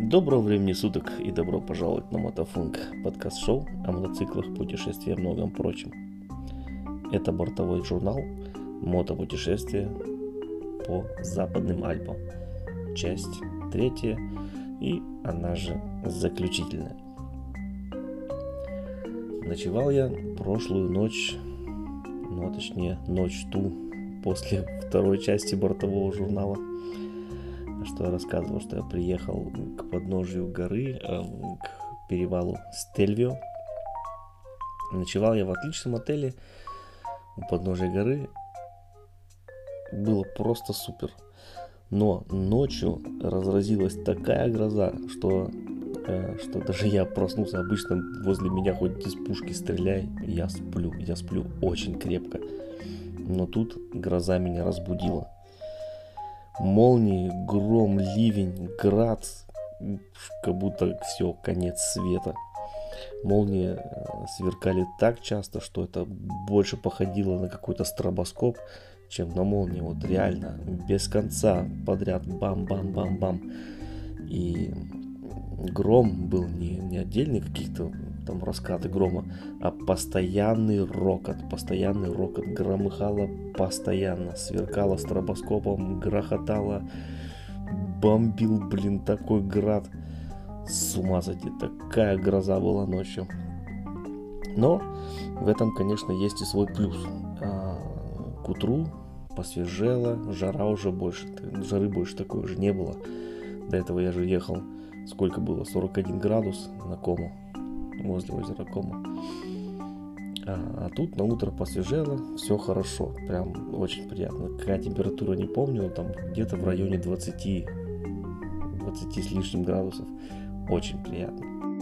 Доброго времени суток и добро пожаловать на Мотофунк, подкаст-шоу о мотоциклах, путешествиях и многом прочем. Это бортовой журнал «Мотопутешествия по Западным Альпам», часть 3 и она же заключительная. Ночевал я прошлую ночь, точнее ночь ту, после второй части бортового журнала, что я рассказывал, что я приехал к подножию горы, к перевалу Стельвио. Ночевал я в отличном отеле у подножия горы. Было просто супер. Но ночью разразилась такая гроза, что даже я проснулся. Обычно возле меня хоть из пушки стреляй, я сплю очень крепко. Но тут гроза меня разбудила. Молнии, гром, ливень, град, как будто все, конец света. Молнии сверкали так часто, что это больше походило на какой-то стробоскоп, чем на молнии. Вот реально, без конца подряд бам-бам-бам-бам. И гром был не отдельный каких-то там раскаты грома, а постоянный рокот, громыхало постоянно, сверкало стробоскопом, грохотало, бомбил, такой град, с ума сойти, такая гроза была ночью. Но в этом, конечно, есть и свой плюс. К утру посвежело, жары больше такой уже не было. До этого я же ехал, сколько было, 41 градус на Кому, возле озера Комо. А тут на утро посвежело, все хорошо, прям очень приятно. Какая температура, не помню, там где-то в районе 20 с лишним градусов. Очень приятно.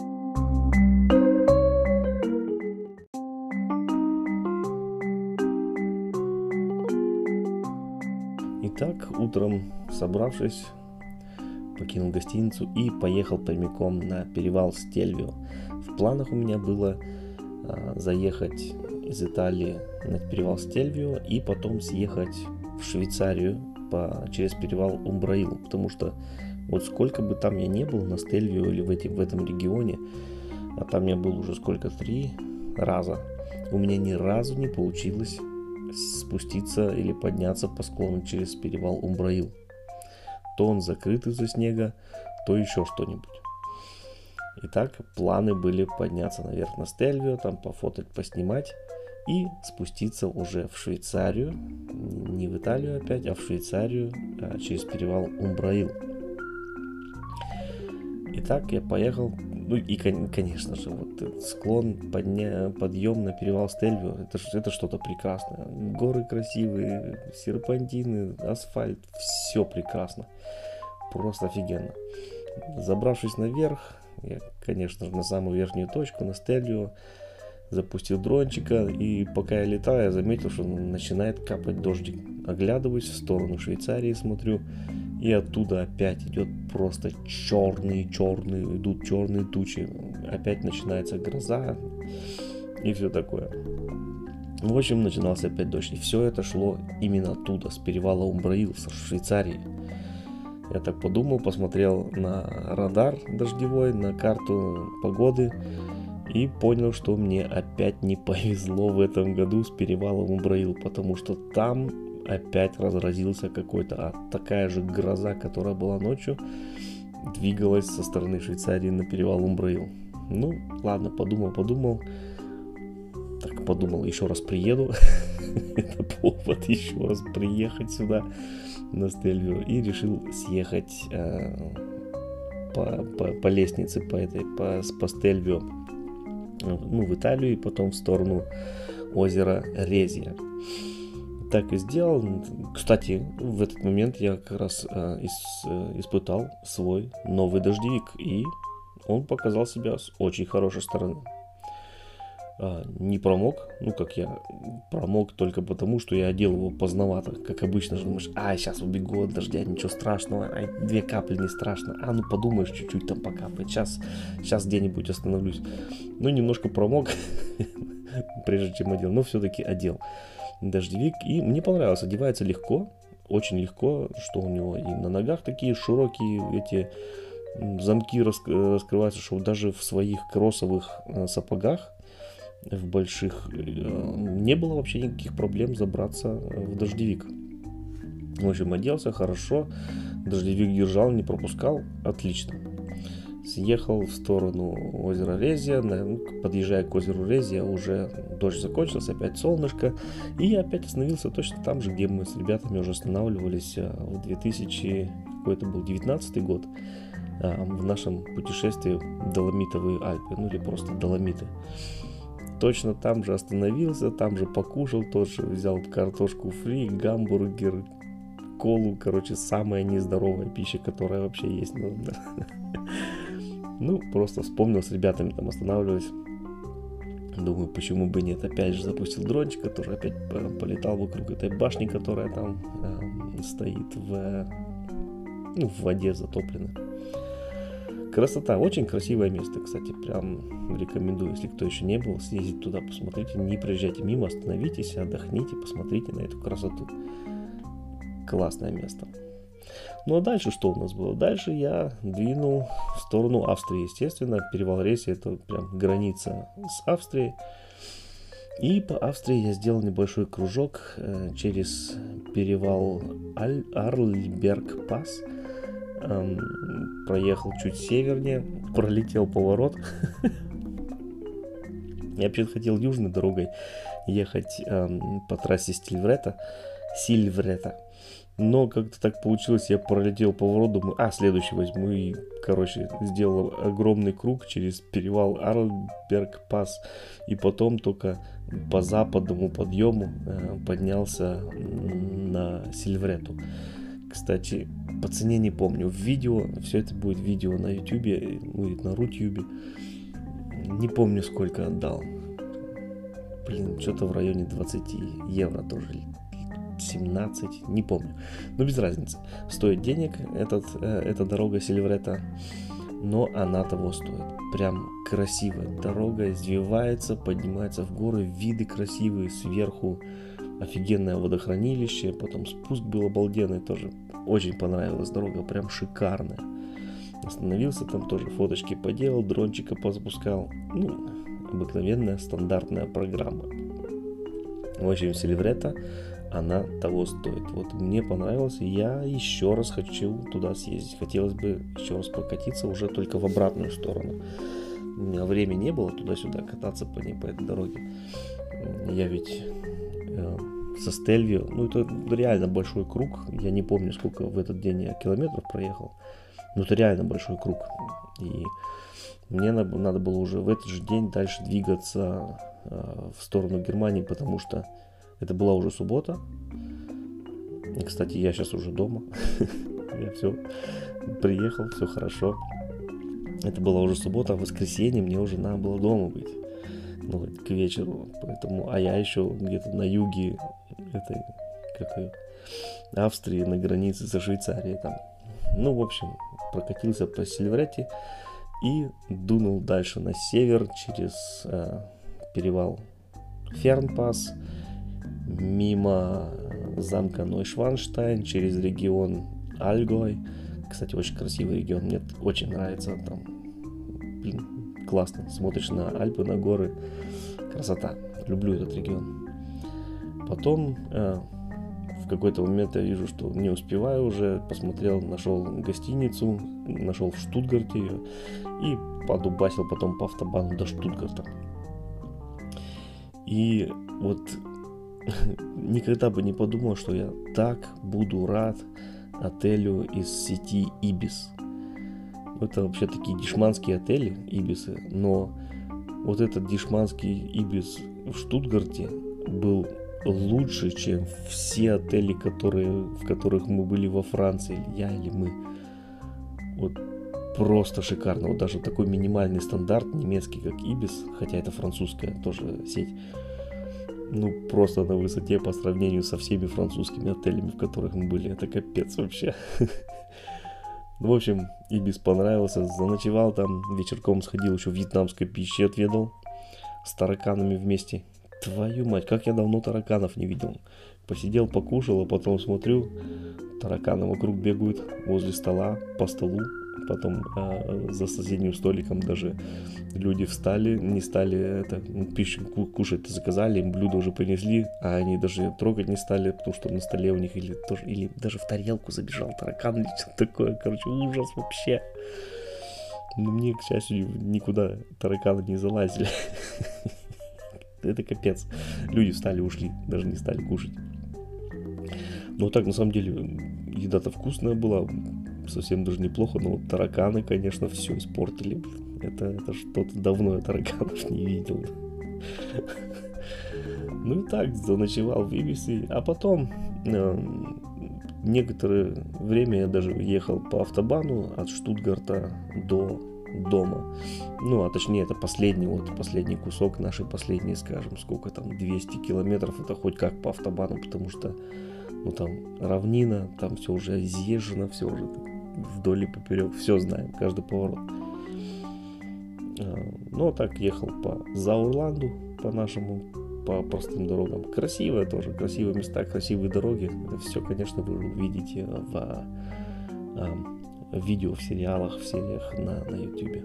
Итак, утром, собравшись, покинул гостиницу и поехал прямиком на перевал Стельвио. В планах у меня было заехать из Италии на перевал Стельвио и потом съехать в Швейцарию через перевал Умбраил, потому что вот сколько бы там я не был на Стельвио или в этом регионе, а там я был уже 3 раза, у меня ни разу не получилось спуститься или подняться по склону через перевал Умбраил. То он закрыт из-за снега, то еще что-нибудь. Итак, планы были подняться наверх на Стельвио, там пофотать, поснимать и спуститься уже в Швейцарию, не в Италию опять, а в Швейцарию через перевал Умбраил. Итак, я поехал, и, конечно же, вот склон, подъем на перевал Стельвио, это что-то прекрасное. Горы красивые, серпантины, асфальт, все прекрасно, просто офигенно. Забравшись наверх, я, конечно же, на самую верхнюю точку, на Стельвио, запустил дрончика, и пока я летаю, я заметил, что начинает капать дождик. Оглядываюсь в сторону Швейцарии, смотрю, и оттуда опять идет просто идут черные тучи. Опять начинается гроза и все такое. В общем, начинался опять дождь. И все это шло именно оттуда, с перевала Умбраил, с Швейцарии. Я так подумал, посмотрел на радар дождевой, на карту погоды и понял, что мне опять не повезло в этом году с перевалом Умбраил, потому что там опять разразился такая же гроза, которая была ночью, двигалась со стороны Швейцарии на перевал Умбраил. Ну, ладно, подумал, еще раз приеду, это повод еще раз приехать сюда на Стельвио, и решил съехать по лестнице по Стельвио, в Италию и потом в сторону озера Резия. Так и сделал. Кстати, в этот момент я как раз испытал свой новый дождевик, и он показал себя с очень хорошей стороны. Не промок, как я промок только потому, что я одел его поздновато. Как обычно же думаешь, сейчас убегу от дождя, ничего страшного, 2 капли не страшно, подумаешь, чуть-чуть там покапает, сейчас где-нибудь остановлюсь. Немножко промок, прежде чем одел, но все-таки одел дождевик, и мне понравилось, одевается легко, очень легко, что у него и на ногах такие широкие эти замки раскрываются, что даже в своих кроссовых сапогах, в больших, не было вообще никаких проблем забраться в дождевик. В общем, оделся хорошо, дождевик держал, не пропускал, отлично. Съехал в сторону озера Резия, подъезжая к озеру Резия, уже дождь закончился, опять солнышко, и я опять остановился точно там же, где мы с ребятами уже останавливались в 2019 год, в нашем путешествии в Доломитовые Альпы, ну или просто Доломиты. Точно там же остановился, там же покушал, тоже взял картошку фри, гамбургер, колу, короче, самая нездоровая пища, которая вообще есть. Ну, просто вспомнил, с ребятами там останавливались. Думаю, почему бы нет. Опять же запустил дрончик, который опять полетал вокруг этой башни, которая там стоит в воде затоплена. Красота, очень красивое место, кстати, прям рекомендую, если кто еще не был, съездить туда, посмотрите, не проезжайте мимо, остановитесь, отдохните, посмотрите на эту красоту. Классное место. Ну а дальше что у нас было? Дальше я двинул в сторону Австрии, естественно, перевал Резия, это прям граница с Австрией. И по Австрии я сделал небольшой кружок через перевал Арльберг-Пасс. Проехал чуть севернее, пролетел поворот. Я вообще хотел южной дорогой ехать по трассе Сильврета. Но как-то так получилось, я пролетел поворот, думаю, следующий возьму. И, короче, сделал огромный круг через перевал Арльберг-Пасс. И потом только по западному подъему поднялся на Сильврету. Кстати, по цене не помню. В видео, все это будет видео на ютубе, будет на рутюбе. Не помню, сколько отдал. Что-то в районе 20 евро тоже. 17, не помню. Но без разницы. Стоит денег эта дорога Сильврета, но она того стоит. Прям красивая дорога, извивается, поднимается в горы, виды красивые сверху. Офигенное водохранилище, потом спуск был обалденный тоже. Очень понравилась дорога, прям шикарная. Остановился там тоже, фоточки поделал, дрончика позапускал. Обыкновенная стандартная программа. В общем, Сильврета, она того стоит. Вот мне понравилось, и я еще раз хочу туда съездить. Хотелось бы еще раз прокатиться, уже только в обратную сторону. У меня времени не было туда-сюда кататься по этой дороге. Я ведь со Стельвио, это реально большой круг. Я не помню, сколько в этот день я километров проехал. Но это реально большой круг. И мне надо было уже в этот же день дальше двигаться в сторону Германии, потому что это была уже суббота. И, кстати, я сейчас уже дома. Я все приехал, все хорошо. Это была уже суббота, а в воскресенье мне уже надо было дома быть. К вечеру. Поэтому, я еще где-то на юге этой, Австрии, на границе со Швейцарией там. В общем, прокатился по Сильврете и дунул дальше на север через перевал Фернпасс, мимо замка Нойшванштайн, через регион Альгой. Кстати, очень красивый регион, мне очень нравится там. Классно, смотришь на Альпы, на горы, красота, люблю этот регион. Потом в какой-то момент я вижу, что не успеваю уже, посмотрел, нашел гостиницу, нашел в Штутгарте ее и подубасил потом по автобану до Штутгарта. И вот никогда бы не подумал, что я так буду рад отелю из сети Ибис. Это вообще такие дешманские отели, Ибисы, но вот этот дешманский Ибис в Штутгарте был лучше, чем все отели, в которых мы были во Франции, я или мы. Вот просто шикарно. Вот даже такой минимальный стандарт немецкий, как Ибис, хотя это французская тоже сеть, просто на высоте по сравнению со всеми французскими отелями, в которых мы были. Это капец вообще. В общем, Ибис понравился, заночевал там, вечерком сходил, еще вьетнамской пищи отведал с тараканами вместе. Твою мать, как я давно тараканов не видел. Посидел, покушал, а потом смотрю, тараканы вокруг бегают возле стола, по столу. Потом за соседним столиком даже люди встали, не стали пищу кушать заказали, им блюдо уже принесли, а они даже трогать не стали, потому что на столе у них или даже в тарелку забежал таракан или что-то такое. Короче, ужас вообще. Но мне, к счастью, никуда тараканы не залазили. Это капец. Люди встали, ушли, даже не стали кушать. Но так, на самом деле, еда-то вкусная была, совсем даже неплохо, но вот тараканы, конечно, все испортили. Это что-то давно я тараканов не видел. Ну и так, заночевал в Ибисе, а потом некоторое время я даже ехал по автобану от Штутгарта до дома. Ну, а точнее, это последний кусок нашей последней, скажем, сколько там, 200 километров, это хоть как по автобану, потому что, ну, там равнина, там все уже изъезжено, все уже вдоль и поперек, все знаем, каждый поворот. Ну, а так ехал по Заурланду, по простым дорогам. Красивые тоже, красивые места, красивые дороги. Это все, конечно, вы увидите в видео, в сериалах, в сериях на YouTube.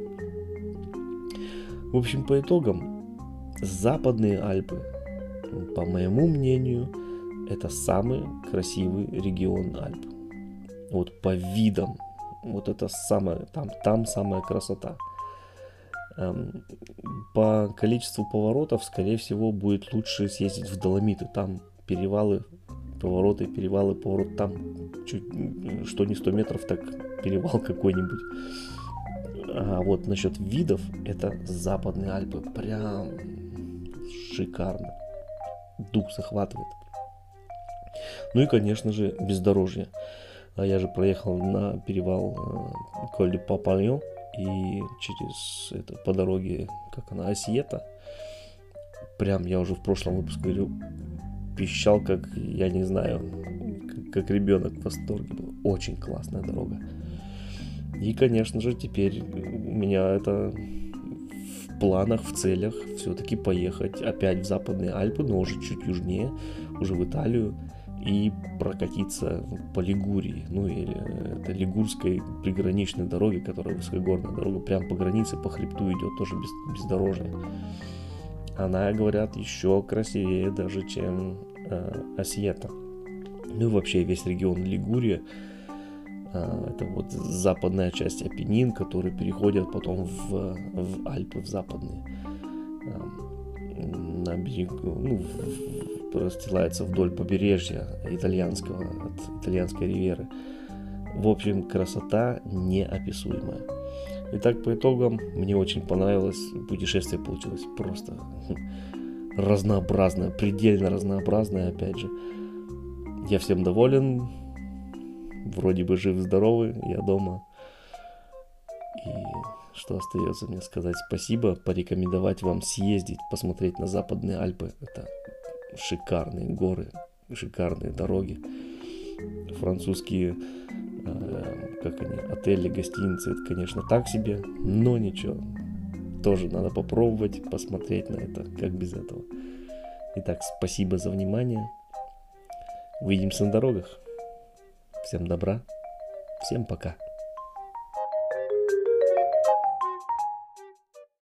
В общем, по итогам, Западные Альпы, по моему мнению, это самый красивый регион Альп. Вот по видам, вот это самое, там самая красота. По количеству поворотов, скорее всего, будет лучше съездить в Доломиты. Там перевалы, повороты, поворот. Там чуть, что не 100 метров, так перевал какой-нибудь. А вот насчет видов, это Западные Альпы. Прям шикарно. Дух захватывает. Ну и, конечно же, бездорожье. Я же проехал на перевал Коль-де-Папальон. И по дороге, как она, Осьета, прям я уже в прошлом выпуске говорил, пищал, как, я не знаю, как ребенок в восторге был. Очень классная дорога. И, конечно же, теперь у меня это в планах, в целях все-таки поехать опять в Западные Альпы, но уже чуть южнее, уже в Италию, и прокатиться по Лигурии, ну или это Лигурской приграничной дороге, которая высокогорная дорога, прям по границе, по хребту идет, тоже бездорожная. Она, говорят, еще красивее даже, чем Осьета. Ну и вообще весь регион Лигурия, это вот западная часть Апеннин, которые переходят потом в Альпы, в западные. На берегу, расстилается вдоль побережья итальянской ривьеры. В общем, красота неописуемая. Итак, по итогам, мне очень понравилось. Путешествие получилось просто разнообразное, предельно разнообразное, опять же. Я всем доволен. Вроде бы жив-здоровый, я дома. И что остается мне сказать? Спасибо, порекомендовать вам съездить, посмотреть на Западные Альпы. Это шикарные горы, шикарные дороги. Французские отели, гостиницы, это, конечно, так себе, но ничего. Тоже надо попробовать, посмотреть на это, как без этого. Итак, спасибо за внимание. Увидимся на дорогах. Всем добра, всем пока.